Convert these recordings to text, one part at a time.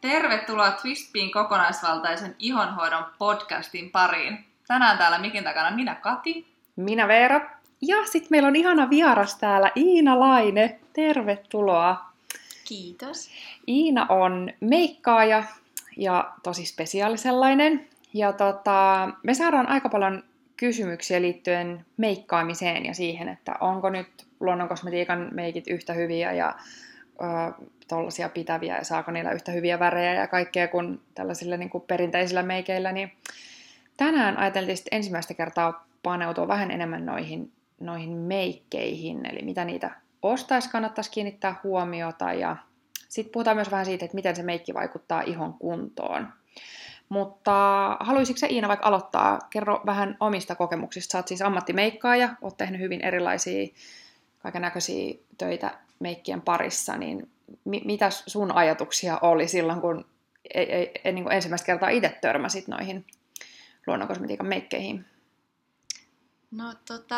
Tervetuloa Twistbeen kokonaisvaltaisen ihonhoidon podcastin pariin. Tänään täällä mikin takana minä Kati. Minä Veera. Ja sitten meillä on ihana vieras täällä Iina Laine. Tervetuloa. Kiitos. Iina on meikkaaja ja tosi spesiaali sellainen. Ja me saadaan aika paljon kysymyksiä liittyen meikkaamiseen ja siihen, että onko nyt luonnonkosmetiikan meikit yhtä hyviä ja tollaisia pitäviä ja saako niillä yhtä hyviä värejä ja kaikkea kuin tällaisilla niin kuin perinteisillä meikeillä. Niin tänään ajateltiin ensimmäistä kertaa paneutua vähän enemmän noihin meikkeihin, eli mitä niitä ostaisi kannattaisi kiinnittää huomiota ja sitten puhutaan myös vähän siitä, että miten se meikki vaikuttaa ihon kuntoon. Mutta haluaisitko sä Iina vaikka aloittaa? Kerro vähän omista kokemuksista. Sä oot siis ammattimeikkaaja, oot tehnyt hyvin erilaisia kaikennäköisiä töitä meikkien parissa, niin mitä sun ajatuksia oli silloin, kun niin kuin ensimmäistä kertaa itse törmäsit noihin luonnonkosmetiikan meikkeihin? No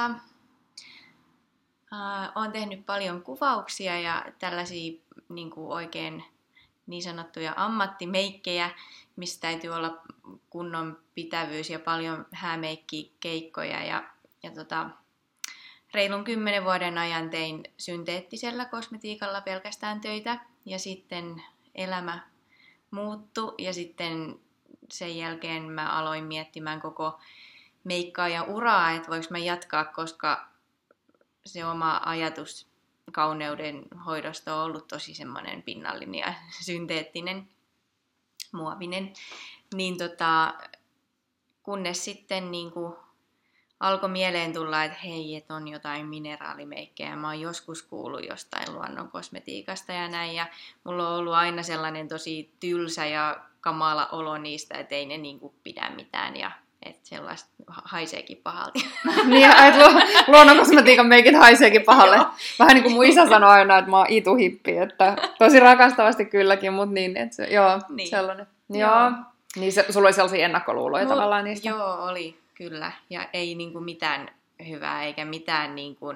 olen tehnyt paljon kuvauksia ja tällaisia niin kuin oikein niin sanottuja ammattimeikkejä, missä täytyy olla kunnon pitävyys ja paljon häämeikkikeikkoja. Ja reilun 10 vuoden ajan tein synteettisellä kosmetiikalla pelkästään töitä ja sitten elämä muuttui ja sitten sen jälkeen mä aloin miettimään koko meikkaajan uraa, että voiko mä jatkaa, koska se oma ajatus kauneuden hoidosta on ollut tosi semmoinen pinnallinen ja synteettinen, muovinen. Niin kunnes sitten niinku alkoi mieleen tulla, että hei, että on jotain mineraalimeikkejä. Mä oon joskus kuullut jostain luonnonkosmetiikasta ja näin. Ja mulla on ollut aina sellainen tosi tylsä ja kamala olo niistä, että ei ne niinku pidä mitään. Ja että sellaista haiseekin pahalta. Niin, että luonnonkosmetiikan meikit haiseekin pahalle. Vähän niin kuin mun isä sanoi aina, että mä oon ituhippi. Että tosi rakastavasti kylläkin, mutta niin, että se, joo, niin. Sellainen. Joo. Niin sulla oli sellaisia ennakkoluuloja tavallaan niistä? Joo, oli. Kyllä, ja ei niinku mitään hyvää eikä mitään niinku,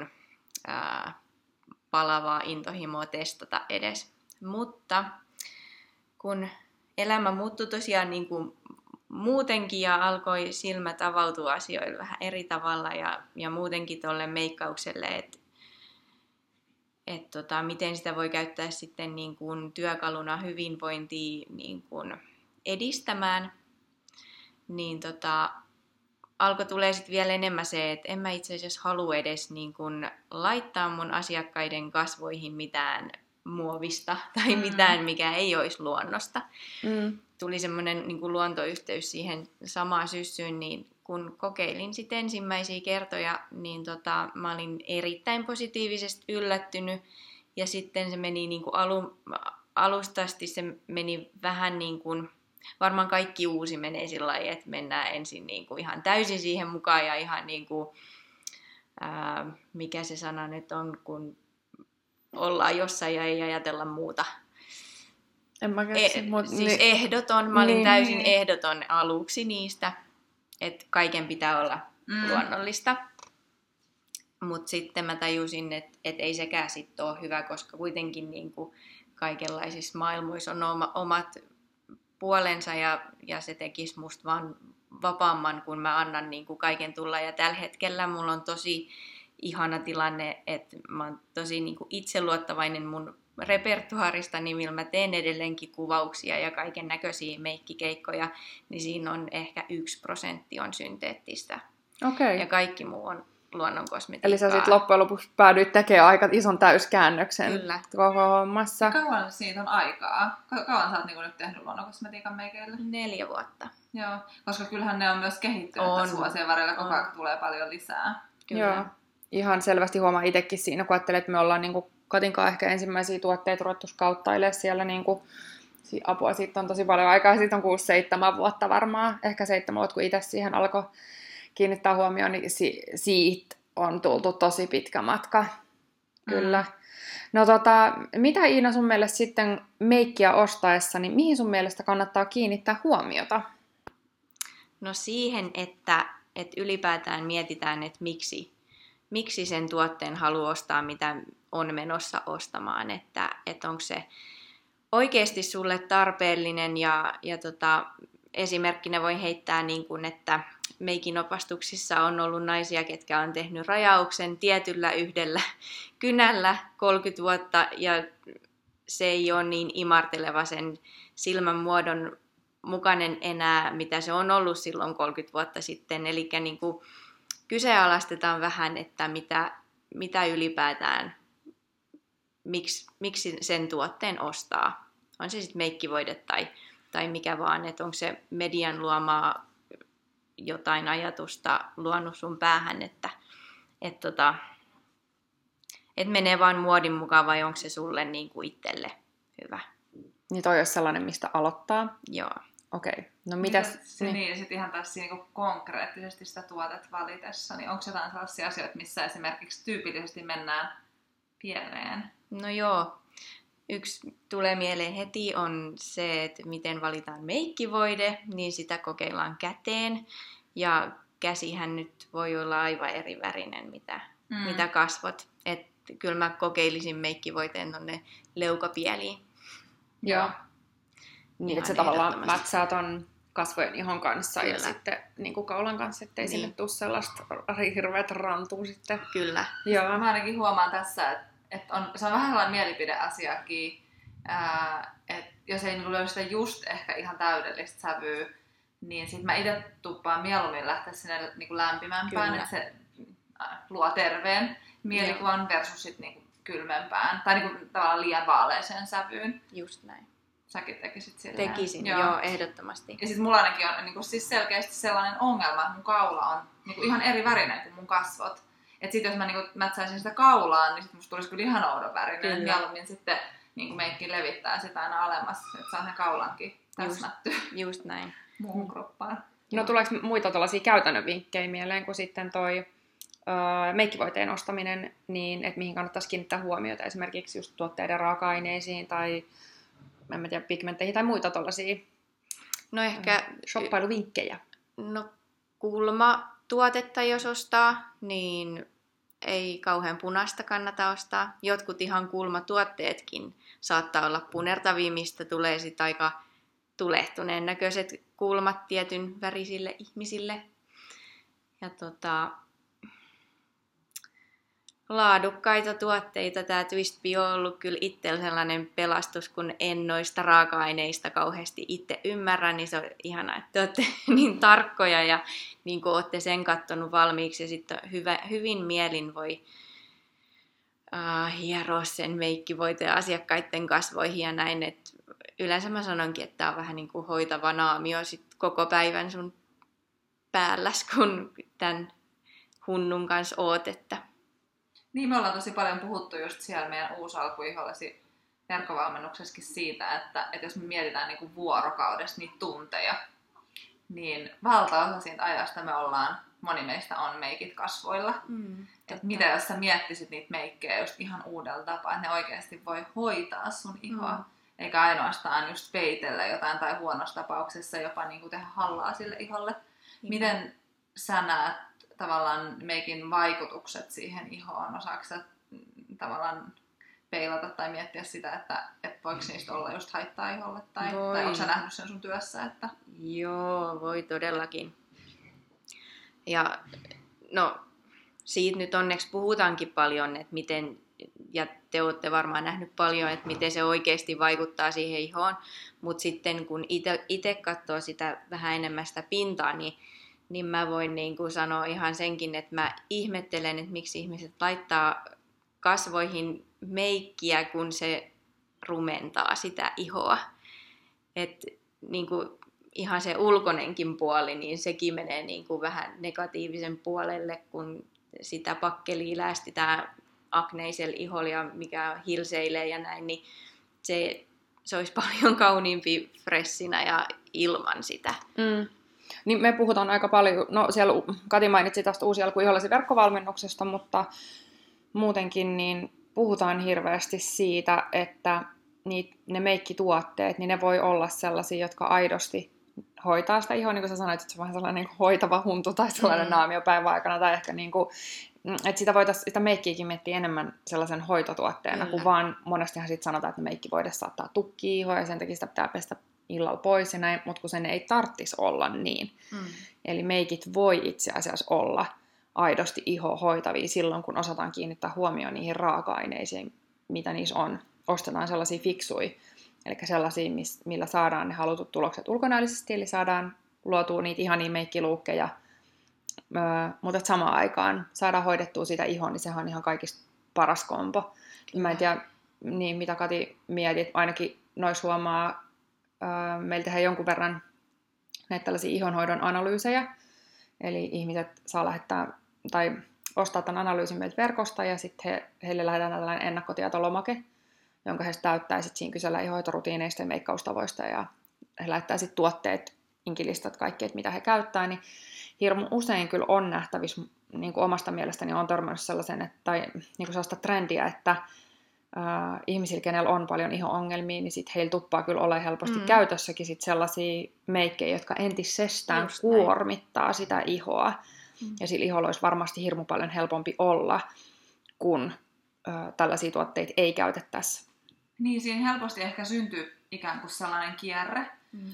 palavaa intohimoa testata edes. Mutta kun elämä muuttui tosiaan niinku muutenkin ja alkoi silmät avautua asioille vähän eri tavalla ja muutenkin tuolle meikkaukselle, että miten sitä voi käyttää sitten niinku työkaluna hyvinvointia niinku edistämään, niin alkoi tulee sitten vielä enemmän se, että en mä itse asiassa halua edes niin kun laittaa mun asiakkaiden kasvoihin mitään muovista tai mitään, mikä ei olisi luonnosta. Tuli semmoinen niin kun luontoyhteys siihen samaan syssyyn, niin kun kokeilin sitten ensimmäisiä kertoja, niin mä olin erittäin positiivisesti yllättynyt. Ja sitten se meni niin kun alusta asti se meni vähän niin kuin varmaan kaikki uusi menee sillä lailla, että mennään ensin niin kuin ihan täysin siihen mukaan ja ihan niin kuin, mikä se sana nyt on, kun ollaan jossain ja ei ajatella muuta. En mä käsi, siis ehdoton, mä olin täysin ehdoton aluksi niistä, että kaiken pitää olla luonnollista. Mutta sitten mä tajusin, että ei sekään sitten ole hyvä, koska kuitenkin niin kuin kaikenlaisissa maailmoissa on omat puolensa ja se tekisi musta vaan vapaamman, kun mä annan niin kuin kaiken tulla. Ja tällä hetkellä mulla on tosi ihana tilanne, että mä oon tosi niin kuin itseluottavainen mun repertuaarista, niin millä mä teen edelleenkin kuvauksia ja kaiken näköisiä meikkikeikkoja, niin siinä on ehkä 1% on synteettistä. Okay. Ja kaikki muu on luonnonkosmetiikkaa. Eli sä sitten loppujen lopuksi päädyit tekemään aika ison täyskäännöksen koko hommassa. Kauan siitä on aikaa? Kauan sä oot nyt tehnyt luonnonkosmetiikan meikeillä? 4 vuotta. Joo, koska kyllähän ne on myös kehittynyt tässä vuosien varrella, koko ajan tulee paljon lisää. Kyllä. Joo, ihan selvästi huomaa itsekin siinä, kun ajattelee, että me ollaan niinku Katinkaan ehkä ensimmäisiä tuotteita ruvettu skauttailemaan siellä niinku apua, siitä on tosi paljon aikaa, siitä on 6-7 vuotta varmaan, ehkä 7 vuotta, kun itse siihen alkoi kiinnittää huomioon, niin siitä on tultu tosi pitkä matka. Kyllä. No mitä Iina sun mielestä sitten meikkiä ostaessa, niin mihin sun mielestä kannattaa kiinnittää huomiota? No siihen, että ylipäätään mietitään, että miksi sen tuotteen haluaa ostaa, mitä on menossa ostamaan, että onko oikeasti sulle tarpeellinen ja esimerkkinä voi heittää, niin kuin, että meikin opastuksissa on ollut naisia, ketkä on tehnyt rajauksen tietyllä yhdellä kynällä 30 vuotta ja se ei ole niin imarteleva sen silmän muodon mukainen enää, mitä se on ollut silloin 30 vuotta sitten. Eli niin kuin kyseenalaistetaan vähän, että mitä ylipäätään, miksi sen tuotteen ostaa. On se sitten meikkivoide tai mikä vaan, että onko se median luomaa jotain ajatusta luonut sun päähän, että menee vaan muodin mukaan vai onko se sulle niin kuin itselle hyvä. Niin toi olisi sellainen, mistä aloittaa? Joo. Okei. No mitäs? Niin, sitten ihan tässä niin konkreettisesti sitä tuotet valitessa, niin onko jotain sellaisia asioita, missä esimerkiksi tyypillisesti mennään pieleen? No joo. Yksi tulee mieleen heti on se, että miten valitaan meikkivoide, niin sitä kokeillaan käteen. Ja käsihän nyt voi olla aivan eri värinen, mitä kasvot. Et kyllä mä kokeilisin meikkivoiteen tonne leukapieliin. Joo. Niin, että se tavallaan mätsää ton kasvojen ihon kanssa kyllä. Ja sitten niin kuin kaulan kanssa, ettei sinne tule sellaista hirveät rantua sitten. Kyllä. Joo. Mä ainakin huomaan tässä, että se on vähän sellainen mielipideasiakin, että jos ei niin löydä sitä just ehkä ihan täydellistä sävyä, niin sit mä itse tuppaan mieluummin lähteä sinne niin lämpimämpään, että se luo terveen mielikuvan versus sit niin kylmempään tai niin tavallaan liian vaaleeseen sävyyn. Just näin. Säkin tekisit silleen. Tekisin, joo ehdottomasti. Ja sit mulla ainakin on niin siis selkeästi sellainen ongelma, että mun kaula on niin ihan eri värinen kuin mun kasvot. Et sit jos mä niin mätsäisin sitä kaulaan, niin sit musta tulisi kyllä ihan oudon värinen. Mieluummin sitten niin meikki levittää sitä aina alemmas, että saa sen kaulankin täsmättyä. Just näin. Muuhun kroppaan. No tuleeko muita tällaisia käytännön vinkkejä mieleen kuin sitten toi meikkivoiteen ostaminen, niin että mihin kannattaisi kiinnittää huomiota esimerkiksi just tuotteiden raaka-aineisiin tai en mä tiedä, pigmentteihin tai muita tuollaisia shoppailuvinkkejä. No kulmatuotetta jos ostaa, niin ei kauhean punaista kannata ostaa. Jotkut ihan kulmatuotteetkin saattaa olla punertavia, mistä tulee sitten aika tulehtuneen näköiset kulmat tietyn värisille ihmisille. Ja laadukkaita tuotteita. Tämä Twist Bio on ollut kyllä itsellä sellainen pelastus, kun en noista raaka-aineista kauheasti itse ymmärrä, niin se on ihanaa, että te olette niin tarkkoja ja niin kuin olette sen kattonut valmiiksi ja sitten hyvin mielin voi hieroa sen meikkivoiteen asiakkaiden kasvoihin ja näin, että yleensä mä sanonkin, että tämä on vähän niin kuin hoitava naamio sit koko päivän sun päälläs, kun tämän hunnun kanssa oot, että niin, me ollaan tosi paljon puhuttu just siellä meidän uusalkuihollesi verkkovalmennuksessakin siitä, että jos me mietitään niin kuin vuorokaudessa niitä tunteja, niin valtaosa siitä ajasta moni meistä on meikit kasvoilla. Että mitä jos sä miettisit niitä meikkejä just ihan uudella tapaa, että ne oikeasti voi hoitaa sun ihoa, eikä ainoastaan just peitellä jotain tai huonossa tapauksessa jopa niin kuin tehdä hallaa sille iholle. Miten sä näet tavallaan meikin vaikutukset siihen ihoon? Osaatko sä tavallaan peilata tai miettiä sitä, että voiko niistä olla just haittaa iholle? Tai onko sä nähnyt sen sun työssä? Että joo, voi todellakin. Ja no, siitä nyt onneksi puhutaankin paljon, että miten, ja te olette varmaan nähnyt paljon, että miten se oikeasti vaikuttaa siihen ihoon. Mutta sitten kun itse katsoo sitä vähän enemmän sitä pintaa, niin mä voin niin kuin sanoa ihan senkin, että mä ihmettelen, että miksi ihmiset laittaa kasvoihin meikkiä, kun se rumentaa sitä ihoa. Että niin kuin ihan se ulkonenkin puoli, niin sekin menee niin kuin vähän negatiivisen puolelle, kun sitä pakkelia läästitään akneisella iholla ja mikä hilseilee ja näin, niin se olisi paljon kauniimpi freshinä ja ilman sitä. Niin me puhutaan aika paljon, no siellä Kati mainitsi tästä uusialkuihollesi verkkovalmennuksesta, mutta muutenkin niin puhutaan hirveästi siitä, että ne meikkituotteet, niin ne voi olla sellaisia, jotka aidosti hoitaa sitä ihoa, niin kuin sä sanoit, että se on vähän sellainen niin kuin hoitava huntu tai sellainen naamio päivän aikana, tai ehkä niin kuin että sitä meikkiäkin miettiä enemmän sellaisen hoitotuotteena, kun vaan monestihan sitten sanotaan, että meikkivoide saattaa tukkia ihoa ja sen takia sitä pitää pestä illalla pois ja näin, mutta kun sen ei tarvitsisi olla niin. Eli meikit voi itse asiassa olla aidosti ihoa hoitavia silloin, kun osataan kiinnittää huomioon niihin raaka-aineisiin, mitä niissä on. Ostetaan sellaisia fiksuja, eli sellaisia, millä saadaan ne halutut tulokset ulkonäöllisesti, eli saadaan luotua niitä ihania meikkiluukkeja, mutta samaan aikaan saadaan hoidettua sitä ihoa, niin sehän on ihan kaikista paras kompo. Mä en tiedä, niin, mitä Kati mietit, ainakin nois huomaa, meillä tehdään jonkun verran näitä tällaisia ihonhoidon analyysejä, eli ihmiset saa lähettää tai ostaa tämän analyysin meiltä verkosta, ja sitten heille lähetetään tällainen ennakkotietolomake, jonka he täyttää sitten siinä kysellä ihonhoitorutiineista ja meikkaustavoista, ja he lähettää sitten tuotteet, inkilistat, kaikki, että mitä he käyttää, niin hirmu usein kyllä on nähtävissä, niin kuin omasta mielestäni on törmännyt sellaisen, että, tai niin kuin sellaista trendiä, että ihmisillä, kenellä on paljon ihon-ongelmia, niin sitten heillä tuppaa kyllä olla helposti käytössäkin sit sellaisia meikkejä, jotka entisestään just kuormittaa näin sitä ihoa. Ja sillä iholla olisi varmasti hirmu paljon helpompi olla, kun tällaisia tuotteita ei käytettäisi. Niin, siinä helposti ehkä syntyy ikään kuin sellainen kierre,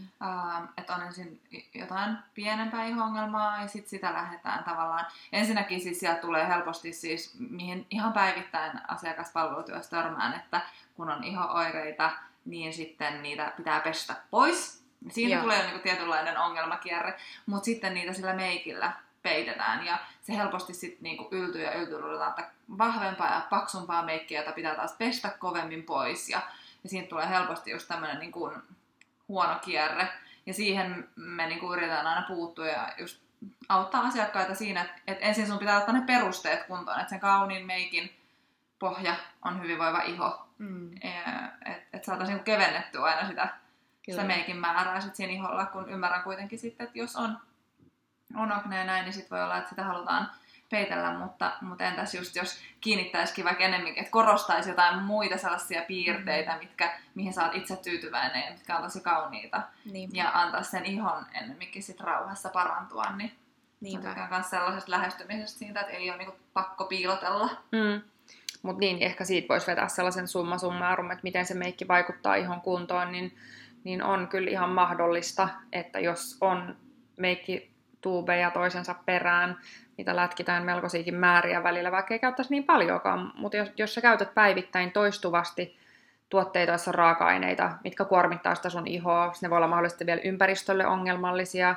että on ensin jotain pienempää iho-ongelmaa ja sitten sitä lähdetään tavallaan. Ensinnäkin siis sieltä tulee helposti siis, mihin ihan päivittäin asiakaspalvelutyössä törmään, että kun on iho-oireita, niin sitten niitä pitää pestä pois. Siinä tulee jo niinku tietynlainen ongelmakierre, mutta sitten niitä sillä meikillä peitetään ja se helposti sitten niinku yltyy ja ruvetaan ottaa vahvempaa ja paksumpaa meikkiä, jota pitää taas pestä kovemmin pois ja siitä tulee helposti just tämmöinen niinku huono kierre. Ja siihen me niinku yritetään aina puuttua ja just auttaa asiakkaita siinä, että ensin sun pitää ottaa ne perusteet kuntoon, että sen kauniin meikin pohja on hyvinvoiva iho. Että saataisiin kevennettyä aina sitä meikin määrää sit siinä iholla, kun ymmärrän kuitenkin sitten, että jos on akne ja näin, niin sit voi olla, että sitä halutaan peitellä, mutta entäs just jos kiinnittäisikin vaikka enemmänkin, että korostaisi jotain muita sellaisia piirteitä, mihin sä oot itse tyytyväinen ja mitkä on tosi kauniita. Niinpä. Ja antaa sen ihon enemmänkin sit rauhassa parantua, niin tykkään myös sellaisesta lähestymisestä siitä, että ei ole niinku pakko piilotella. Mutta niin, ehkä siitä voisi vetää sellaisen summa summarum, että miten se meikki vaikuttaa ihon kuntoon, niin on kyllä ihan mahdollista, että jos on meikkituubeja toisensa perään, niitä lätkitään melkoisiakin määriä välillä, vaikka ei käyttäisi niin paljonkaan, mutta jos sä käytät päivittäin toistuvasti tuotteita, joissa on raaka-aineita, mitkä kuormittaa sitä sun ihoa, ne voi olla mahdollisesti vielä ympäristölle ongelmallisia.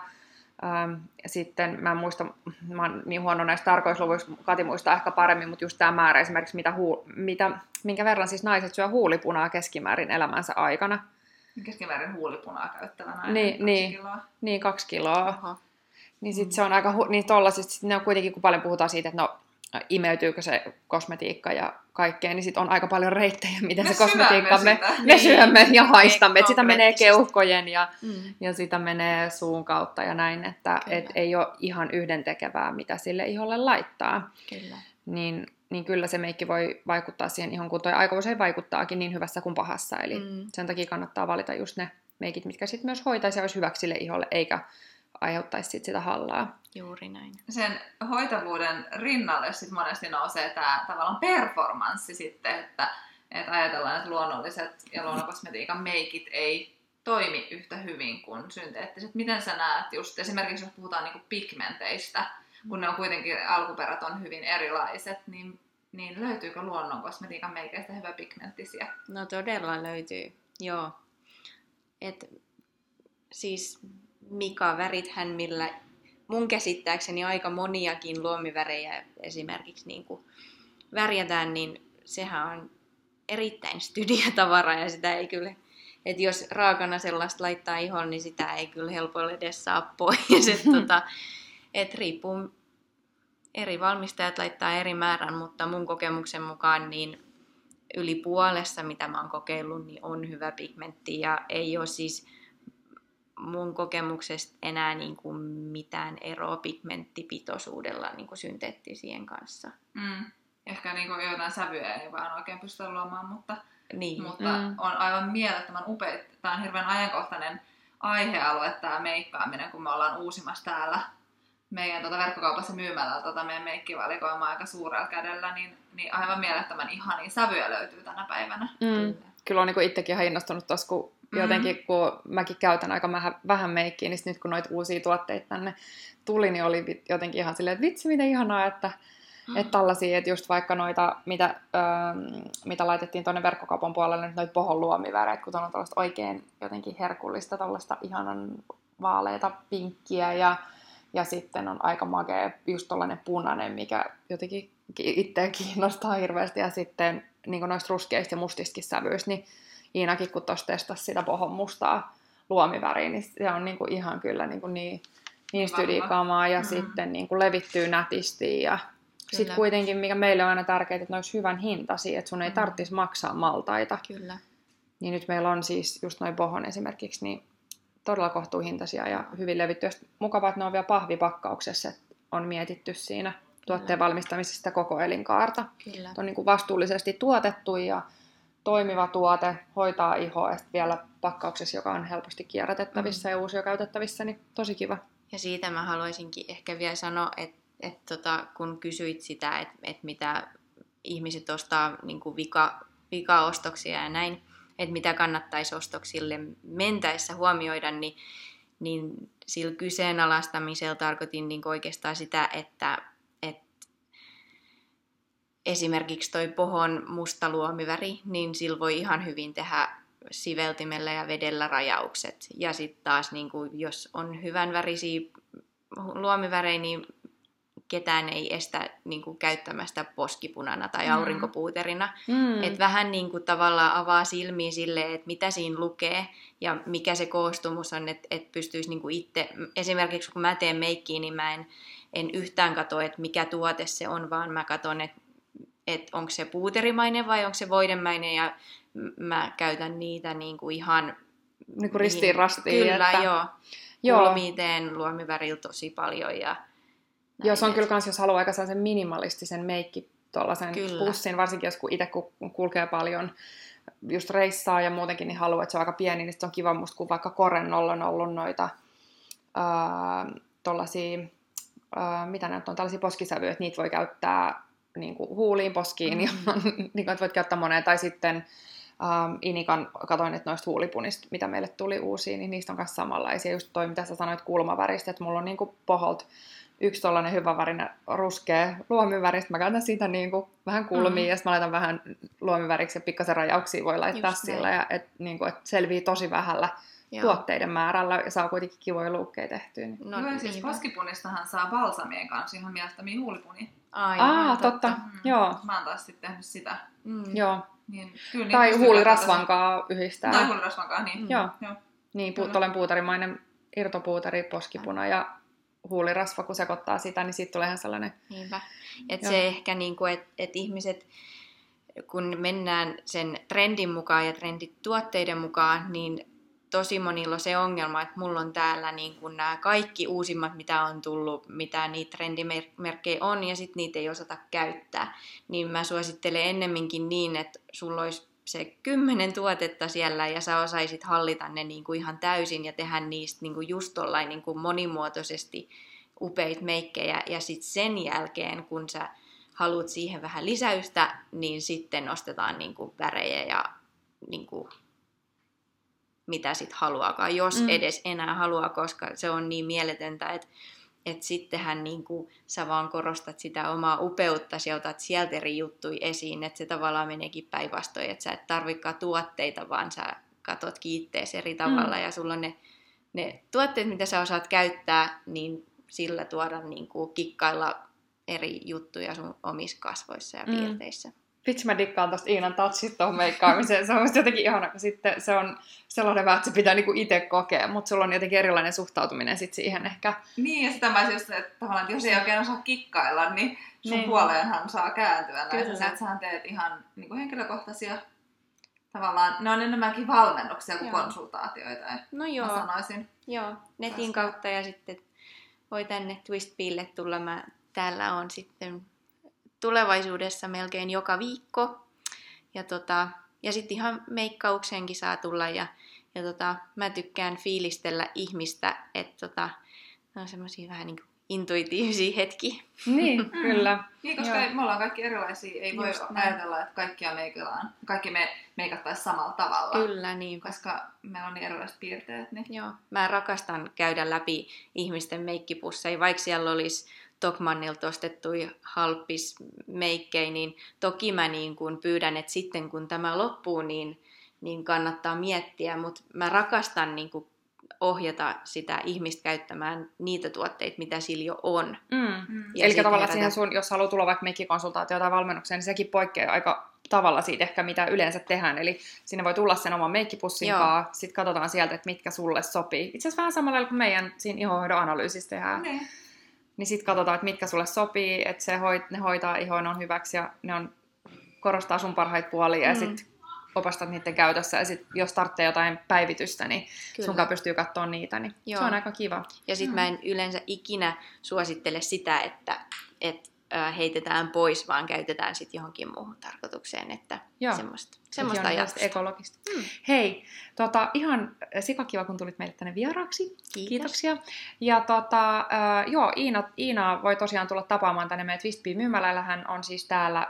Sitten mä en muista, mä oon niin huono näistä tarkoisluvuista, Kati muistaa ehkä paremmin, mutta just tämä määrä esimerkiksi, minkä verran siis naiset syö huulipunaa keskimäärin elämänsä aikana. Keskimäärin huulipunaa käyttävä nainen, 2 kiloa. Niin, 2 kiloa. Aha. Niin sit se on aika, niin tollasista, ne on kuitenkin, kun paljon puhutaan siitä, että no imeytyykö se kosmetiikka ja kaikkea, niin sit on aika paljon reittejä, miten se kosmetiikka me syömme ja haistamme, että sitä menee keuhkojen ja sitä menee suun kautta ja näin, että et ei ole ihan yhdentekevää, mitä sille iholle laittaa. Kyllä. Niin kyllä se meikki voi vaikuttaa siihen ihon kuntoon, ja aika usein vaikuttaakin niin hyvässä kuin pahassa, eli sen takia kannattaa valita just ne meikit, mitkä sitten myös hoitaisi ja olisi hyväksi sille iholle, eikä aiheuttaisi sitä hallaa. Juuri näin. Sen hoitavuuden rinnalle sit monesti nousee tämä tavallaan performanssi sitten, että ajatellaan, että luonnolliset ja luonnonkosmetiikan meikit ei toimi yhtä hyvin kuin synteettiset. Miten sä näet just esimerkiksi, jos puhutaan niinku pigmenteistä, kun ne on kuitenkin alkuperät on hyvin erilaiset, niin löytyykö luonnonkosmetiikan meikeistä hyvä pigmenttisiä? No todella löytyy, joo. Siis Mika-värithän, millä mun käsittääkseni aika moniakin luomivärejä esimerkiksi niin kuin värjätään, niin sehän on erittäin studiotavara ja sitä ei kyllä, että jos raakana sellaista laittaa ihoon, niin sitä ei kyllä helpolla edes saa pois. Että riippuu, eri valmistajat laittaa eri määrän, mutta mun kokemuksen mukaan niin yli puolessa, mitä mä oon kokeillut, niin on hyvä pigmentti ja ei ole siis mun kokemuksesta enää niin kuin mitään eroa pigmenttipitoisuudella niin kuin synteettisien kanssa. Ehkä niin kuin jotain sävyjä ei vaan oikein pystytä luomaan, mutta on aivan mielettömän upea. Tämä on hirveän ajankohtainen aihealue, tämä meikkaaminen, kun me ollaan uusimassa täällä meidän verkkokaupassa myymällä meidän meikkivalikoimaa aika suurella kädellä, niin aivan mielettömän ihania sävyjä löytyy tänä päivänä. Kyllä on niin itsekin ihan innostunut tuossa, kun jotenkin kun mäkin käytän aika vähän meikkiä, niin nyt kun noita uusia tuotteita tänne tuli, niin oli jotenkin ihan silleen, että vitsi miten ihanaa, että tällaisia, että just vaikka noita, mitä laitettiin tuonne verkkokaupan puolelle, nyt noita pohon luomiväreitä, kun on tällaista oikein jotenkin herkullista, tällaista ihanan vaaleita pinkkiä ja sitten on aika makea just tollainen punainen, mikä jotenkin itseä kiinnostaa hirveästi ja sitten niin noista ruskeista ja mustistakin sävyistä, niin Iinakin kun tuossa testasi sitä pohon mustaa luomiväriä, niin se on niin ihan kyllä niin stydikamaa ja sitten niin levittyy nätisti ja sitten kuitenkin, mikä meille on aina tärkeää, että ne olisi hyvän hintaisia, että sun ei tarvitsisi maksaa maltaita. Kyllä. Niin nyt meillä on siis just noin pohon esimerkiksi, niin todella kohtuuhintaisia ja hyvin levittyä. Mukavaa, että ne on vielä pahvipakkauksessa, että on mietitty siinä tuotteen valmistamisesta koko elinkaarta. Kyllä. On niin kuin vastuullisesti tuotettu ja toimiva tuote, hoitaa ihoa ja vielä pakkauksessa, joka on helposti kierrätettävissä ja uusiokäytettävissä, niin tosi kiva. Ja siitä mä haluaisinkin ehkä vielä sanoa, että kun kysyit sitä, että mitä ihmiset ostaa niin kuin vika-ostoksia ja näin, että mitä kannattaisi ostoksille mentäessä huomioida, niin sillä kyseenalaistamisella tarkoitin niin oikeastaan sitä, että esimerkiksi toi pohon musta luomiväri, niin sillä voi ihan hyvin tehdä siveltimellä ja vedellä rajaukset. Ja sitten taas, niin kuin, jos on hyvän värisiä luomivärejä, niin ketään ei estä niin kuin, käyttämästä poskipunana tai aurinkopuuterina. Että vähän niin kuin, tavallaan avaa silmiä silleen, että mitä siinä lukee ja mikä se koostumus on, että pystyisi niin kuin itse, esimerkiksi kun mä teen meikkiä, niin mä en yhtään katso, että mikä tuote se on, vaan mä katson, että onko se puuterimainen vai onko se voidemäinen ja mä käytän niitä niin kuin ihan niin kuin ristiin rastiin. Kyllä, että kulmia teen luomivärillä tosi paljon. Joo, se on kyllä kans, jos haluaa aika sellaisen minimalistisen meikki tuollaisen pussin, varsinkin jos itse kulkee paljon just reissaa ja muutenkin, niin haluaa, että se on aika pieni, niin se on kiva musta, kun vaikka Korennolla on ollut noita tollaisia, mitä ne on, tällaisia poskisävyjä, että niitä voi käyttää niin kuin huuliin, poskiin, ja, niin kuin, että voit käyttää moneen, tai sitten Inikan, katoin, että noista huulipunista, mitä meille tuli uusia, niin niistä on myös samanlaisia. Just toi, mitä sä sanoit kulmaväristä, että mulla on niin kuin poholta yksi tollainen hyvänvärinen ruskea luomiväristä. Mä käytän siitä niin kuin vähän kulmiin, ja sitten mä laitan vähän luomiväriksi, ja pikkasen rajauksia voi laittaa sillä, ja niin kuin, että selvii tosi vähällä tuotteiden määrällä, ja saa kuitenkin kivoja luukkeja tehtyä. Niin. No, joo, siis poskipunistahan saa balsamien kanssa ihan mielettömiä huulipunia. Totta. Joo. Mä oon taas sitten tehnyt sitä. Joo. Niin, kyllä, tai huulirasvankaa yhdistää. Tai huulirasvankaa, niin. Joo. Niin, puutarimainen irtopuutari, poskipuna ja huulirasva, kun sekoittaa sitä, niin siitä tulee ihan sellainen. Niinpä. Että se ehkä, niinku, että ihmiset, kun mennään sen trendin mukaan ja trendituotteiden mukaan, niin tosi monilla on se ongelma, että mulla on täällä niin kuin nämä kaikki uusimmat, mitä on tullut, mitä niitä trendimerkkejä on, ja sitten niitä ei osata käyttää. Niin mä suosittelen ennemminkin niin, että sulla olisi se 10 tuotetta siellä, ja sä osaisit hallita ne niin kuin ihan täysin, ja tehdä niistä niin kuin just tollain niin kuin monimuotoisesti upeita meikkejä, ja sitten sen jälkeen, kun sä haluat siihen vähän lisäystä, niin sitten ostetaan niin kuin värejä ja niin kuin mitä sitten haluaakaan, jos edes enää haluaa, koska se on niin mieletöntä, että sittenhän niinku, sä vaan korostat sitä omaa upeutta ja otat sieltä eri juttuja esiin, että se tavallaan meneekin päinvastoin, että sä et tarvikaan tuotteita, vaan sä katsotkin ittees eri tavalla ja sulla on ne tuotteet, mitä sä osaat käyttää, niin sillä tuoda niinku, kikkailla eri juttuja sun omissa kasvoissa ja piirteissä. Vitsi, mä dikkaan tosta Iinan touchista tuohon meikkaamiseen. Se on jotenkin ihana, kun sitten se on sellainen vähän, että se pitää niinku itse kokea, mutta sulla on jotenkin erilainen suhtautuminen sit siihen ehkä. Niin, ja sitä mä just, että tavallaan, että jos ei oikein osaa kikkailla, niin sun puoleenhan saa kääntyä näissä. Että sähän teet ihan niin kuin henkilökohtaisia, tavallaan, ne on enemmänkin valmennuksia kuin konsultaatioita. No joo. Mä sanoisin. Joo, netin kautta ja sitten voi tänne Twistbille tulla. Täällä on sitten tulevaisuudessa melkein joka viikko. Ja sitten ihan meikkaukseenkin saa tulla. Ja mä tykkään fiilistellä ihmistä, että ne on semmosia vähän niin kuin intuitiivisia hetkiä. Niin, kyllä. Niin, koska Joo. me ollaan kaikki erilaisia, ei voi Just näin. ajatella, että kaikki me meikattaisiin samalla tavalla. Kyllä, niin. Koska meillä on niin erilaiset piirteet. Niin... Joo. Mä rakastan käydä läpi ihmisten meikkipusseja, vaikka siellä olisi Tokmannilta ostettuja halppismeikkejä, niin toki mä niin kun pyydän, että sitten kun tämä loppuu, niin kannattaa miettiä, mutta mä rakastan niin kun ohjata sitä ihmistä käyttämään niitä tuotteita, mitä sillä jo on. Ja Eli sit tavallaan herätä- siihen sun, jos haluaa tulla vaikka meikkikonsultaatio tai valmennukseen, niin sekin poikkeaa aika tavalla siitä ehkä, mitä yleensä tehdään. Eli sinne voi tulla sen oman meikkipussin kanssa, sitten katsotaan sieltä, että mitkä sulle sopii. Itse asiassa vähän samalla lailla kuin meidän siinä ihohoidon analyysissä tehdään. Niin sitten katsotaan, että mitkä sulle sopii, että ne hoitaa ihoin on hyväksi ja korostaa sun parhaita puolia ja sitten opastat niiden käytössä. Ja sitten jos tarvitsee jotain päivitystä, niin sunkaan pystyy katsoa niitä, niin se on aika kiva. Ja sitten mä en yleensä ikinä suosittele sitä, että heitetään pois, vaan käytetään sitten johonkin muuhun tarkoitukseen. Että semmoista ajatusta. Ekologista. Hei, ihan sikakiva, kun tulit meille tänne vieraaksi. Kiitoksia. Ja Iina voi tosiaan tulla tapaamaan tänne meidän Twistbee-myymälällä. Hän on siis täällä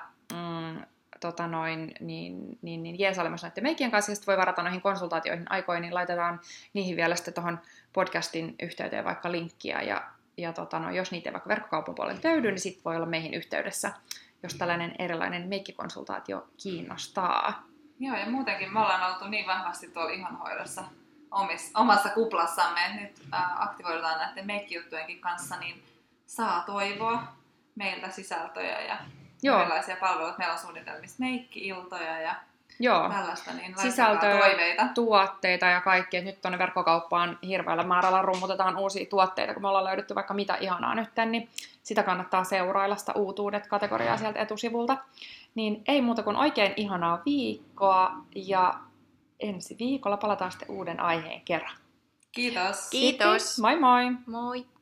jeesailemassa näiden meikkien kanssa, ja sitten voi varata noihin konsultaatioihin aikoihin, niin laitetaan niihin vielä sitten tuohon podcastin yhteyteen vaikka linkkiä, ja jos niitä ei vaikka verkkokaupan puolella löydy, niin sitten voi olla meihin yhteydessä, jos tällainen erilainen meikkikonsultaatio kiinnostaa. Joo, ja muutenkin me ollaan oltu niin vahvasti tuolla ihonhoidossa omassa kuplassamme, että nyt aktivoidaan näiden meikkijuttujenkin kanssa, niin saa toivoa meiltä sisältöjä ja erilaisia palveluita. Meillä on suunnitelmissa meikki-iltoja ja tällaista, niin sisältöä, toiveita. Tuotteita ja kaikki. Nyt tuonne verkkokauppaan hirveällä määrällä rummutetaan uusia tuotteita, kun me ollaan löydetty vaikka mitä ihanaa nyt, niin sitä kannattaa seurailla sitä uutuudet-kategoriaa sieltä etusivulta. Niin ei muuta kuin oikein ihanaa viikkoa ja ensi viikolla palataan sitten uuden aiheen kerran. Kiitos. Kiitos. Moi moi! Moi!